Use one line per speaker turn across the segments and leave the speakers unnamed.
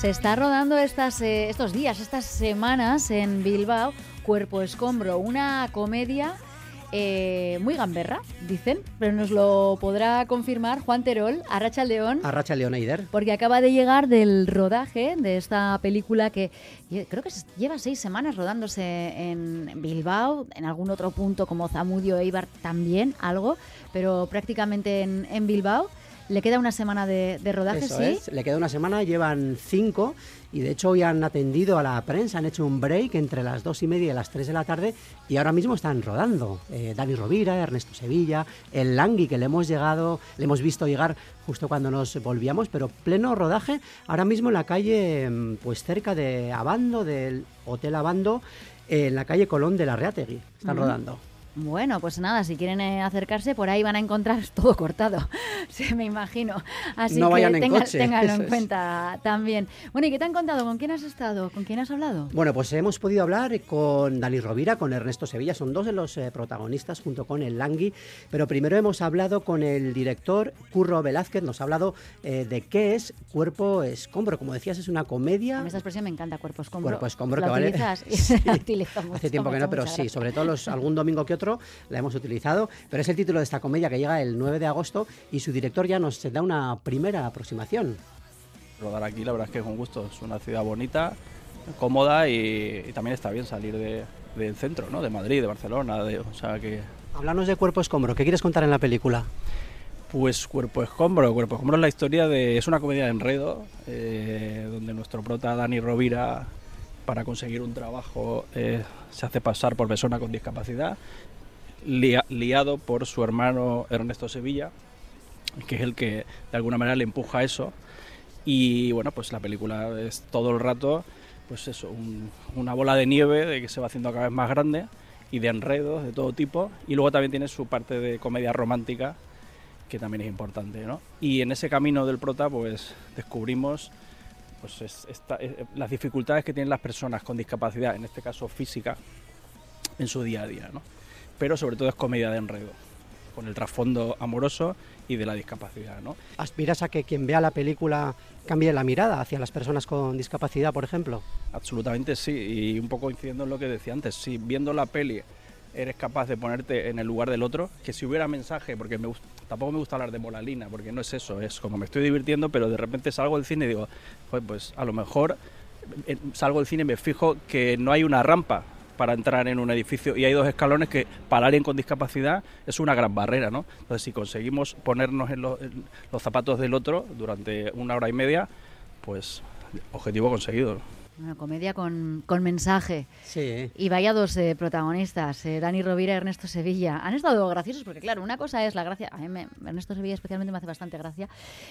Se está rodando estos días, estas semanas en Bilbao, Cuerpo Escombro, una comedia muy gamberra, dicen, pero nos lo podrá confirmar Juan Terol, Arratsaldeon.
Arratsaldeon, Eider.
Porque acaba de llegar del rodaje de esta película que creo que lleva 6 semanas rodándose en Bilbao, en algún otro punto como Zamudio, Eibar también, algo, pero prácticamente en Bilbao. Le queda una semana de rodaje,
Eso
¿sí?
Es, le queda una semana, llevan 5 y de hecho hoy han atendido a la prensa, han hecho un break entre las 2:30 y las 3 de la tarde y ahora mismo están rodando. Dani Rovira, Ernesto Sevilla, el Langui, que le hemos visto llegar justo cuando nos volvíamos, pero pleno rodaje ahora mismo en la calle, pues cerca de Abando, del Hotel Abando, en la calle Colón de la Reategui, están rodando.
Bueno, pues nada, si quieren acercarse, por ahí van a encontrar todo cortado, sí, me imagino. Así
no vayan
que
en coche.
Ténganlo en cuenta también. Bueno, ¿y qué te han contado? ¿Con quién has estado? ¿Con quién has hablado?
Bueno, pues hemos podido hablar con Dani Rovira, con Ernesto Sevilla, son 2 de los protagonistas junto con el Langui, pero primero hemos hablado con el director Curro Velázquez, nos ha hablado de qué es Cuerpo Escombro. Como decías, es una comedia.
A mí esta expresión me encanta, Cuerpo Escombro.
Cuerpo Escombro,
¿La
que vale.
utilizas?
Sí.
La utilizo mucho.
Hace tiempo que no, pero sí, sobre todo algún domingo que otro la hemos utilizado, pero es el título de esta comedia que llega el 9 de agosto y su director ya nos da una primera aproximación.
Rodar aquí, la verdad es que es un gusto, es una ciudad bonita, cómoda y también está bien salir del centro, ¿no? De Madrid, de Barcelona, o sea que...
Háblanos de Cuerpo Escombro, ¿qué quieres contar en la película?
Pues Cuerpo Escombro es la historia es una comedia de enredo, donde nuestro prota Dani Rovira, para conseguir un trabajo, se hace pasar por persona con discapacidad, liado por su hermano Ernesto Sevilla, que es el que de alguna manera le empuja a eso. Y bueno, pues la película es todo el rato, pues eso, una bola de nieve de que se va haciendo cada vez más grande y de enredos de todo tipo. Y luego también tiene su parte de comedia romántica, que también es importante, ¿no? Y en ese camino del prota, pues descubrimos pues las dificultades que tienen las personas con discapacidad, en este caso física, en su día a día, ¿no? Pero sobre todo es comedia de enredo, con el trasfondo amoroso y de la discapacidad, ¿no?
¿Aspiras a que quien vea la película cambie la mirada hacia las personas con discapacidad, por ejemplo?
Absolutamente sí, y un poco incidiendo en lo que decía antes, si viendo la peli eres capaz de ponerte en el lugar del otro, que si hubiera mensaje, porque tampoco me gusta hablar de moralina, porque no es eso, es como me estoy divirtiendo, pero de repente salgo del cine y digo, pues a lo mejor salgo del cine y me fijo que no hay una rampa para entrar en un edificio y hay 2 escalones que para alguien con discapacidad es una gran barrera, ¿no? Entonces, si conseguimos ponernos en los zapatos del otro durante 1 hora y media, pues objetivo conseguido.
Una comedia con mensaje.
Sí.
Y vaya 2 protagonistas, Dani Rovira y Ernesto Sevilla. Han estado graciosos porque, claro, una cosa es la gracia. A mí Ernesto Sevilla especialmente me hace bastante gracia.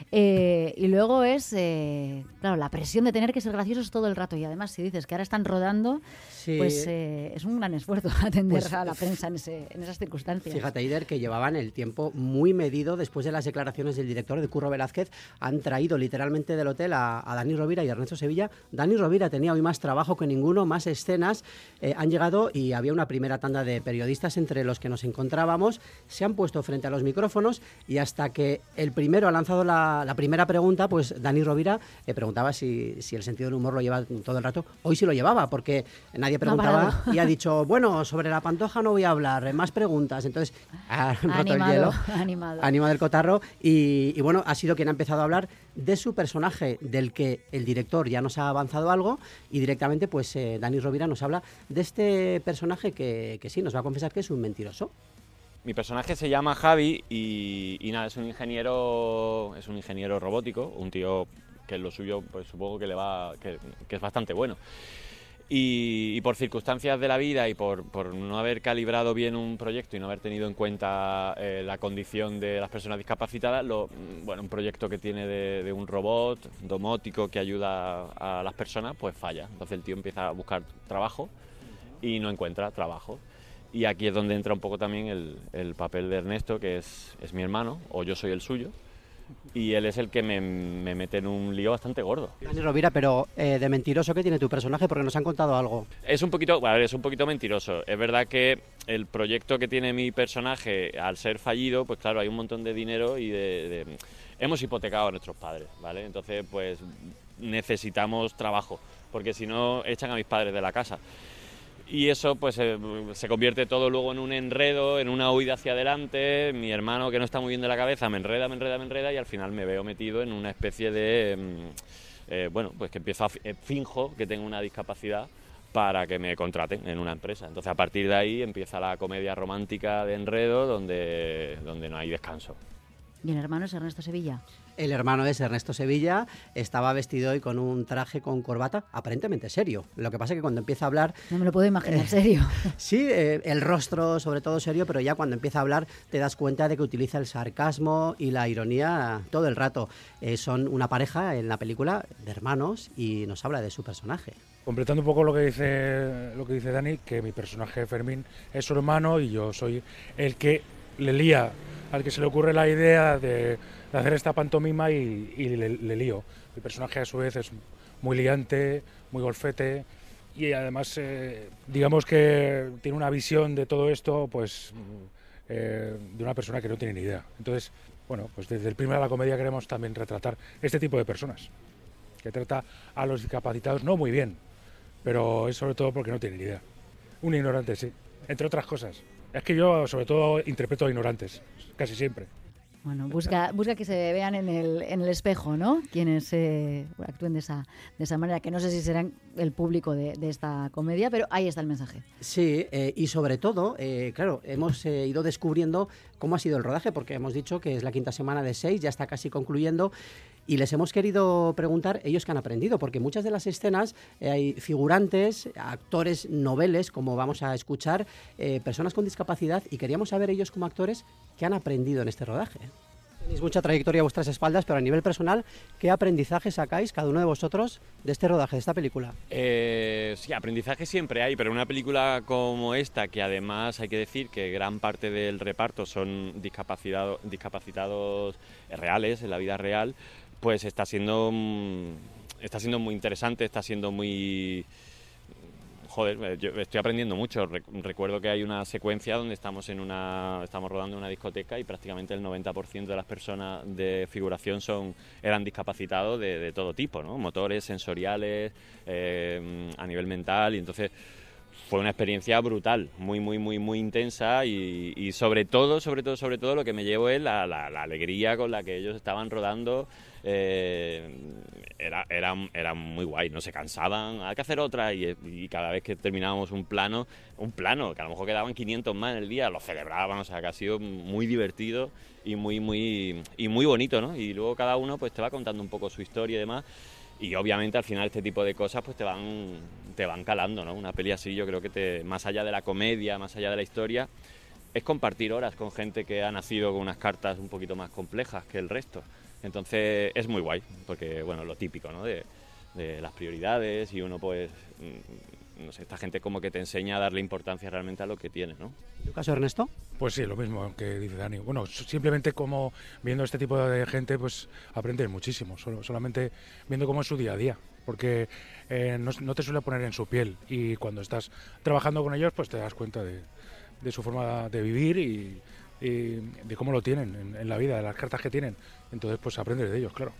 Y luego es, claro, la presión de tener que ser graciosos todo el rato. Y además, si dices que ahora están rodando, sí, pues es un gran esfuerzo atender a la prensa en esas circunstancias.
Fíjate, Eider, que llevaban el tiempo muy medido después de las declaraciones del director, de Curro Velázquez. Han traído literalmente del hotel a Dani Rovira y Ernesto Sevilla. Dani Rovira tenía hoy más trabajo que ninguno, más escenas. Han llegado y había una primera tanda de periodistas entre los que nos encontrábamos. Se han puesto frente a los micrófonos y hasta que el primero ha lanzado la primera pregunta, pues Dani Rovira preguntaba si el sentido del humor lo lleva todo el rato. Hoy sí lo llevaba, porque nadie preguntaba y ha dicho, bueno, sobre la Pantoja no voy a hablar, más preguntas. Entonces ha roto el hielo, animado el cotarro y bueno, ha sido quien ha empezado a hablar de su personaje, del que el director ya nos ha avanzado algo, y directamente pues Dani Rovira nos habla de este personaje que sí, nos va a confesar que es un mentiroso.
Mi personaje se llama Javi y nada, es un ingeniero robótico, un tío que lo suyo pues supongo que es bastante bueno. Y por circunstancias de la vida y por no haber calibrado bien un proyecto y no haber tenido en cuenta la condición de las personas discapacitadas, un proyecto que tiene de un robot domótico que ayuda a las personas, pues falla. Entonces el tío empieza a buscar trabajo y no encuentra trabajo. Y aquí es donde entra un poco también el papel de Ernesto, que es mi hermano, o yo soy el suyo. Y él es el que me mete en un lío bastante gordo.
Dani Rovira, pero de mentiroso, ¿qué tiene tu personaje? Porque nos han contado algo.
Es un poquito mentiroso. Es verdad que el proyecto que tiene mi personaje, al ser fallido, pues claro, hay un montón de dinero y hemos hipotecado a nuestros padres, ¿vale? Entonces, pues necesitamos trabajo, porque si no echan a mis padres de la casa. Y eso pues se convierte todo luego en un enredo, en una huida hacia adelante. Mi hermano, que no está muy bien de la cabeza, me enreda y al final me veo metido en una especie de... bueno, pues que finjo que tengo una discapacidad para que me contraten en una empresa. Entonces a partir de ahí empieza la comedia romántica de enredo donde no hay descanso.
¿Y el hermano es Ernesto Sevilla?
El hermano es Ernesto Sevilla, estaba vestido hoy con un traje con corbata aparentemente serio. Lo que pasa es que cuando empieza a hablar...
No me lo puedo imaginar serio.
Sí, el rostro sobre todo serio, pero ya cuando empieza a hablar te das cuenta de que utiliza el sarcasmo y la ironía todo el rato. Son una pareja en la película de hermanos y nos habla de su personaje.
Completando un poco lo que dice Dani, que mi personaje Fermín es su hermano y yo soy el que le lía, al que se le ocurre la idea de hacer esta pantomima y le lío. Mi personaje a su vez es muy liante, muy golfete y además digamos que tiene una visión de todo esto pues de una persona que no tiene ni idea. Entonces, bueno, pues desde el primero de la comedia queremos también retratar este tipo de personas, que trata a los discapacitados no muy bien, pero es sobre todo porque no tienen ni idea. Un ignorante, sí, entre otras cosas. Es que yo sobre todo interpreto a ignorantes, casi siempre.
Bueno, busca que se vean en el espejo, ¿no? Quienes actúen de esa manera, que no sé si serán el público de esta comedia, pero ahí está el mensaje.
Sí, y sobre todo, claro, hemos ido descubriendo cómo ha sido el rodaje, porque hemos dicho que es la quinta semana de 6, ya está casi concluyendo, y les hemos querido preguntar ellos qué han aprendido, porque muchas de las escenas hay figurantes, actores noveles, como vamos a escuchar, personas con discapacidad, y queríamos saber ellos como actores qué han aprendido en este rodaje. Tenéis mucha trayectoria a vuestras espaldas, pero a nivel personal, ¿qué aprendizaje sacáis cada uno de vosotros de este rodaje, de esta película?
Sí, aprendizaje siempre hay, pero una película como esta, que además hay que decir que gran parte del reparto son discapacitados reales, en la vida real, pues está siendo muy interesante, está siendo muy... Joder, yo estoy aprendiendo mucho. Recuerdo que hay una secuencia donde estamos rodando en una discoteca y prácticamente el 90% de las personas de figuración eran discapacitados de todo tipo, ¿no? Motores, sensoriales, a nivel mental, y entonces fue una experiencia brutal, muy intensa y sobre todo lo que me llevo es la alegría con la que ellos estaban rodando. Era muy guay, no se cansaban, hay que hacer otra y cada vez que terminábamos un plano que a lo mejor quedaban 500 más en el día, lo celebraban, o sea que ha sido muy divertido y muy bonito, ¿no? Y luego cada uno pues te va contando un poco su historia y demás. Y obviamente al final este tipo de cosas pues te van calando, ¿no? Una peli así yo creo que más allá de la comedia, más allá de la historia, es compartir horas con gente que ha nacido con unas cartas un poquito más complejas que el resto. Entonces es muy guay, porque bueno, lo típico, ¿no? De las prioridades y uno pues, no sé, esta gente como que te enseña a darle importancia realmente a lo que tiene, ¿no?
¿En tu caso, Ernesto?
Pues sí, lo mismo que dice Dani. Bueno, simplemente como viendo este tipo de gente, pues aprendes muchísimo, solamente viendo cómo es su día a día, porque no te suele poner en su piel y cuando estás trabajando con ellos, pues te das cuenta de su forma de vivir y de cómo lo tienen en la vida, de las cartas que tienen. Entonces, pues aprendes de ellos, claro.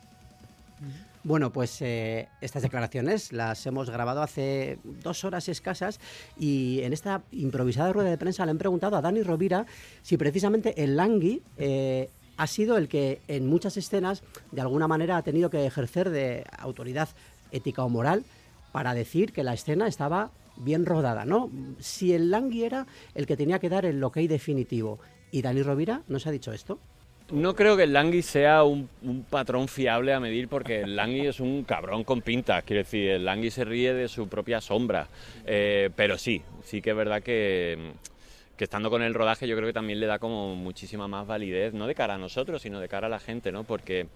Bueno, pues estas declaraciones las hemos grabado hace 2 horas escasas y en esta improvisada rueda de prensa le han preguntado a Dani Rovira si precisamente el Langui ha sido el que en muchas escenas de alguna manera ha tenido que ejercer de autoridad ética o moral para decir que la escena estaba bien rodada, ¿no? Si el Langui era el que tenía que dar el ok definitivo y Dani Rovira nos ha dicho esto.
No creo que el Langui sea un patrón fiable a medir, porque el Langui es un cabrón con pintas, quiero decir, el Langui se ríe de su propia sombra, pero sí que es verdad que estando con el rodaje yo creo que también le da como muchísima más validez, no de cara a nosotros, sino de cara a la gente, ¿no? Porque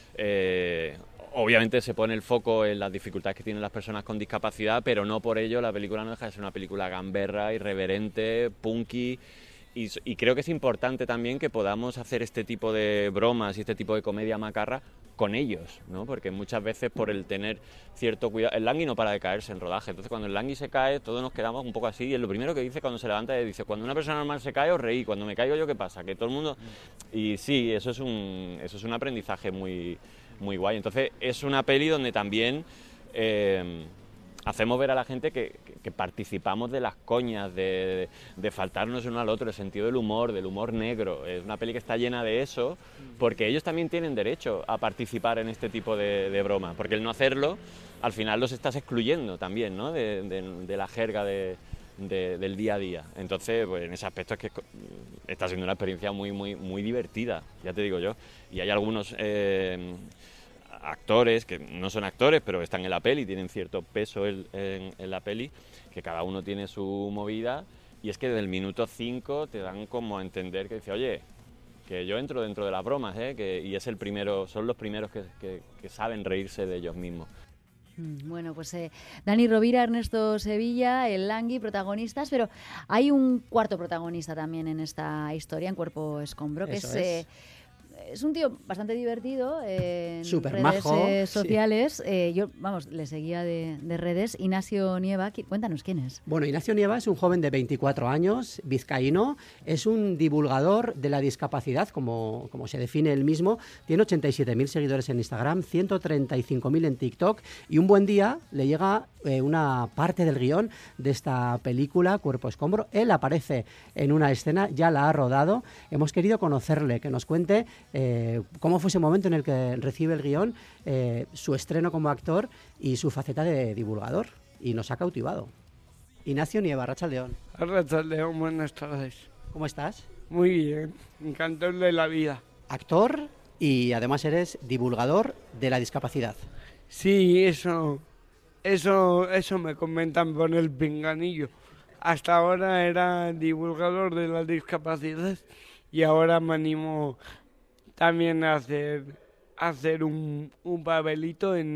obviamente se pone el foco en las dificultades que tienen las personas con discapacidad, pero no por ello la película no deja de ser una película gamberra, irreverente, punky. Y creo que es importante también que podamos hacer este tipo de bromas y este tipo de comedia macarra con ellos, ¿no? Porque muchas veces por el tener cierto cuidado, el Langui no para de caerse en rodaje, entonces cuando el Langui se cae todos nos quedamos un poco así y lo primero que dice cuando se levanta dice, cuando una persona normal se cae os reí, cuando me caigo yo ¿qué pasa? Que todo el mundo... Y sí, eso es un aprendizaje muy, muy guay, entonces es una peli donde también hacemos ver a la gente que participamos de las coñas, de faltarnos el uno al otro, el sentido del humor negro. Es una peli que está llena de eso, porque ellos también tienen derecho a participar en este tipo de bromas, porque el no hacerlo, al final los estás excluyendo también, ¿no? de la jerga del día a día. Entonces, pues en ese aspecto es que está siendo una experiencia muy, muy, muy divertida, ya te digo yo. Y hay algunos... actores que no son actores pero están en la peli, tienen cierto peso en la peli, que cada uno tiene su movida, y es que desde el minuto 5 te dan como a entender que dice, oye, que yo entro dentro de las bromas, y es el primero, son los primeros que saben reírse de ellos mismos.
Bueno, pues Dani Rovira, Ernesto Sevilla, el Langui, protagonistas, pero hay un cuarto protagonista también en esta historia, en Cuerpo Escombro, que es un tío bastante divertido en redes sociales. Sí. Yo, le seguía de redes. Ignacio Nieva, cuéntanos quién es.
Bueno, Ignacio Nieva es un joven de 24 años, vizcaíno. Es un divulgador de la discapacidad, como se define él mismo. Tiene 87.000 seguidores en Instagram, 135.000 en TikTok. Y un buen día le llega una parte del guión de esta película, Cuerpo Escombro. Él aparece en una escena, ya la ha rodado. Hemos querido conocerle, que nos cuente cómo fue ese momento en el que recibe el guión, su estreno como actor y su faceta de divulgador, y nos ha cautivado. Ignacio Nieva, Arratsaldeon.
Arratsaldeon, buenas tardes.
¿Cómo estás?
Muy bien, encantado de la vida.
Actor y además eres divulgador de la discapacidad.
Sí, eso me comentan por el pinganillo. Hasta ahora era divulgador de la discapacidad y ahora me animo también a hacer un papelito en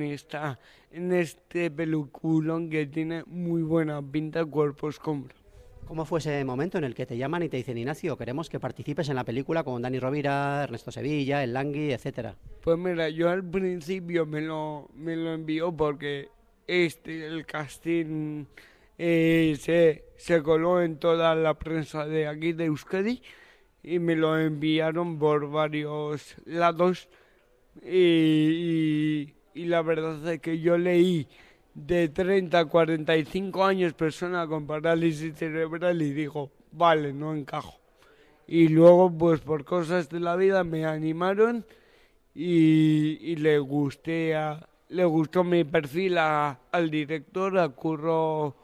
este peliculón que tiene muy buena pinta, Cuerpo Escombro.
¿Cómo fue ese momento en el que te llaman y te dicen, Ignacio, queremos que participes en la película con Dani Rovira, Ernesto Sevilla, el Langui, etcétera?
Pues mira, yo al principio me lo envió porque el casting se coló en toda la prensa de aquí de Euskadi y me lo enviaron por varios lados y la verdad es que yo leí de 30 a 45 años persona con parálisis cerebral y digo, vale, no encajo. Y luego pues por cosas de la vida me animaron y le gustó mi perfil al director, a Curro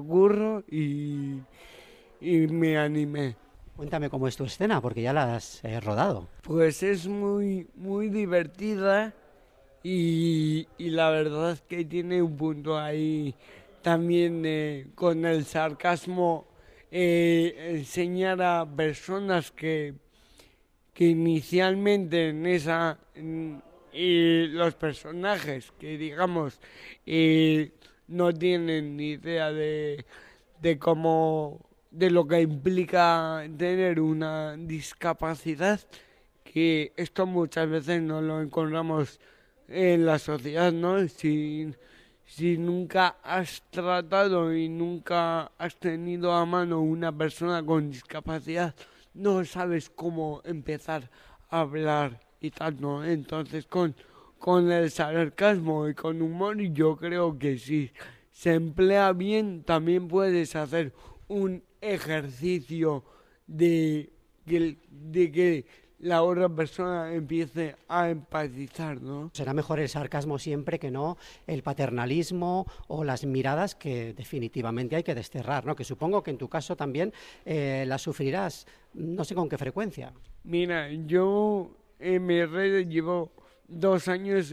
y me animé.
Cuéntame cómo es tu escena, porque ya la has rodado.
Pues es muy, muy divertida y la verdad es que tiene un punto ahí también con el sarcasmo, enseñar a personas que inicialmente los personajes que digamos no tienen ni idea de cómo, de lo que implica tener una discapacidad, que esto muchas veces no lo encontramos en la sociedad, ¿no? Si nunca has tratado y nunca has tenido a mano una persona con discapacidad, no sabes cómo empezar a hablar y tal, ¿no? Entonces con el sarcasmo y con humor, yo creo que si se emplea bien, también puedes hacer un ejercicio de que la otra persona empiece a empatizar, ¿no?
Será mejor el sarcasmo siempre que no el paternalismo o las miradas que definitivamente hay que desterrar, ¿no? Que supongo que en tu caso también las sufrirás, no sé con qué frecuencia.
Mira, yo en mis redes llevo 2 años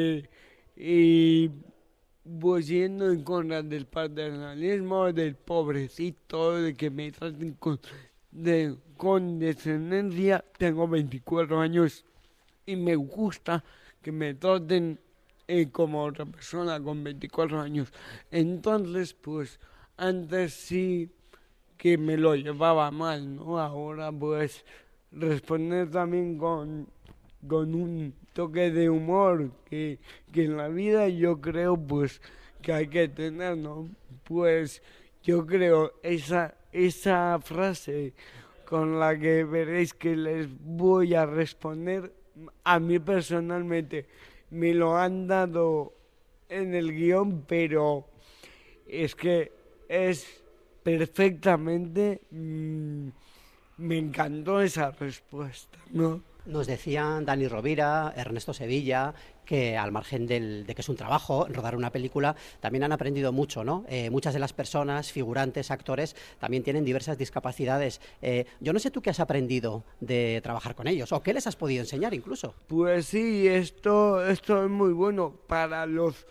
y pues yendo en contra del paternalismo, del pobrecito, de que me traten con descendencia. Tengo 24 años y me gusta que me traten como otra persona con 24 años. Entonces, pues, antes sí que me lo llevaba mal, ¿no? Ahora, pues, responder también con un toque de humor que en la vida yo creo pues que hay que tener, ¿no? Pues yo creo esa frase con la que veréis que les voy a responder, a mí personalmente me lo han dado en el guión, pero es que es perfectamente, me encantó esa respuesta, ¿no?
Nos decían Dani Rovira, Ernesto Sevilla, que al margen de que es un trabajo, rodar una película, también han aprendido mucho, ¿no? Muchas de las personas, figurantes, actores, también tienen diversas discapacidades. Yo no sé tú qué has aprendido de trabajar con ellos, o qué les has podido enseñar incluso.
Pues sí, esto es muy bueno para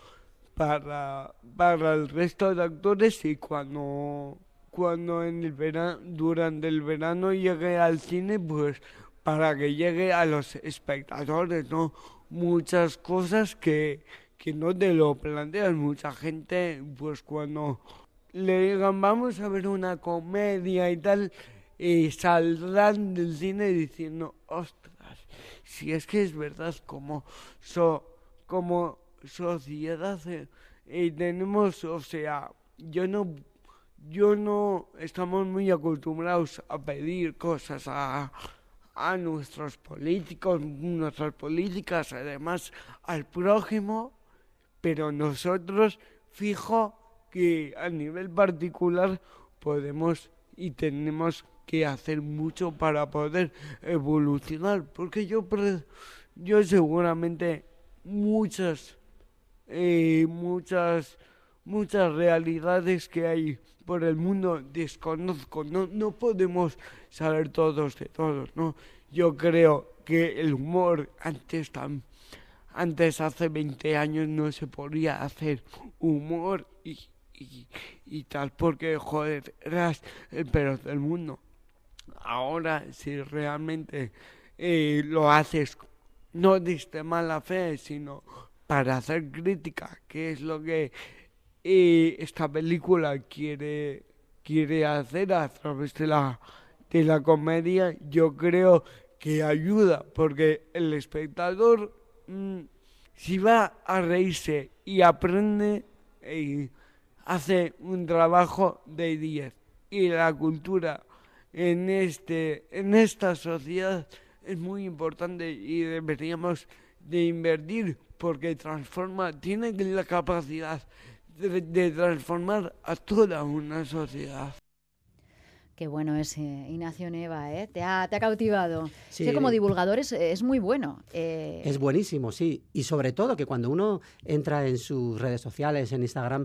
el resto de actores, y cuando en el durante el verano llegue al cine, pues para que llegue a los espectadores, ¿no? Muchas cosas que no te lo planteas. Mucha gente, pues cuando le digan vamos a ver una comedia y tal, saldrán del cine diciendo, ostras, si es que es verdad, como sociedad tenemos, o sea, yo no estamos muy acostumbrados a pedir cosas a nuestros políticos, nuestras políticas, además al prójimo, pero nosotros, fijo que a nivel particular podemos y tenemos que hacer mucho para poder evolucionar, porque yo seguramente muchas realidades que hay por el mundo desconozco, no podemos saber todos de todos, ¿no? Yo creo que el humor antes hace 20 años no se podía hacer humor y tal, porque joder, eras el peor del mundo. Ahora si realmente lo haces no diste mala fe, sino para hacer crítica, que es lo que esta película quiere hacer a través de la comedia, yo creo que ayuda, porque el espectador, si va a reírse y aprende, hace un trabajo de 10. Y la cultura en esta sociedad es muy importante y deberíamos de invertir, porque tiene la capacidad de transformar a toda una sociedad.
Qué bueno es Ignacio Neva, ¿eh? Te ha cautivado.
Sí.
Es que como divulgador es muy bueno.
Es buenísimo, sí. Y sobre todo que cuando uno entra en sus redes sociales, en Instagram,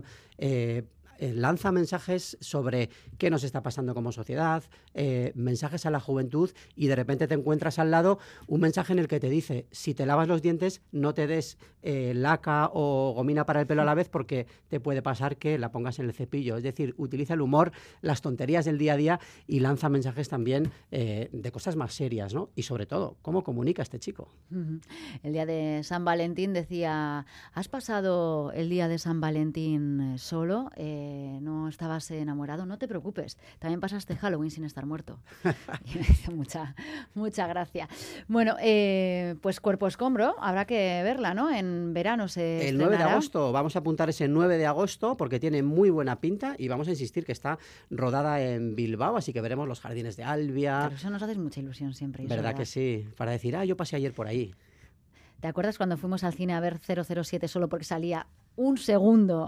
lanza mensajes sobre qué nos está pasando como sociedad, mensajes a la juventud, y de repente te encuentras al lado un mensaje en el que te dice: si te lavas los dientes no te des laca o gomina para el pelo a la vez, porque te puede pasar que la pongas en el cepillo. Es decir, utiliza el humor, las tonterías del día a día, y lanza mensajes también de cosas más serias, ¿no? Y sobre todo, ¿cómo comunica este chico?
El día de San Valentín decía: ¿has pasado el día de San Valentín solo? ¿No estabas enamorado? No te preocupes, también pasaste Halloween sin estar muerto. Y me hizo mucha gracia. Bueno, pues Cuerpo Escombro, habrá que verla, ¿no? En verano se
El 9 de
estrenará.
agosto, vamos a apuntar ese 9 de agosto porque tiene muy buena pinta, y vamos a insistir que está rodada en Bilbao, así que veremos los jardines de Albia.
Pero eso nos hace mucha ilusión siempre. Isola.
¿Verdad que sí? Para decir, yo pasé ayer por ahí.
¿Te acuerdas cuando fuimos al cine a ver 007 solo porque salía un segundo?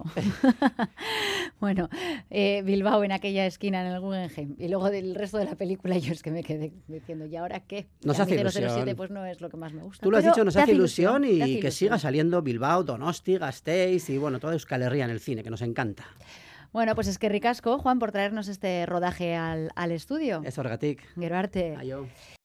Bueno, Bilbao en aquella esquina en el Guggenheim, y luego del resto de la película yo es que me quedé diciendo, ¿y ahora qué?
Nos
a
hace
mí 007
ilusión.
Pues no es lo que más me gusta.
Tú lo has
pero
dicho, nos
te
hace ilusión,
te
y
hace
que
ilusión.
siga saliendo Bilbao, Donosti, Gasteiz y bueno, toda Euskal Herria en el cine, que nos encanta.
Bueno, pues es que ricasco, Juan, por traernos este rodaje al estudio.
Ez horregatik.
Gero arte.
Aio.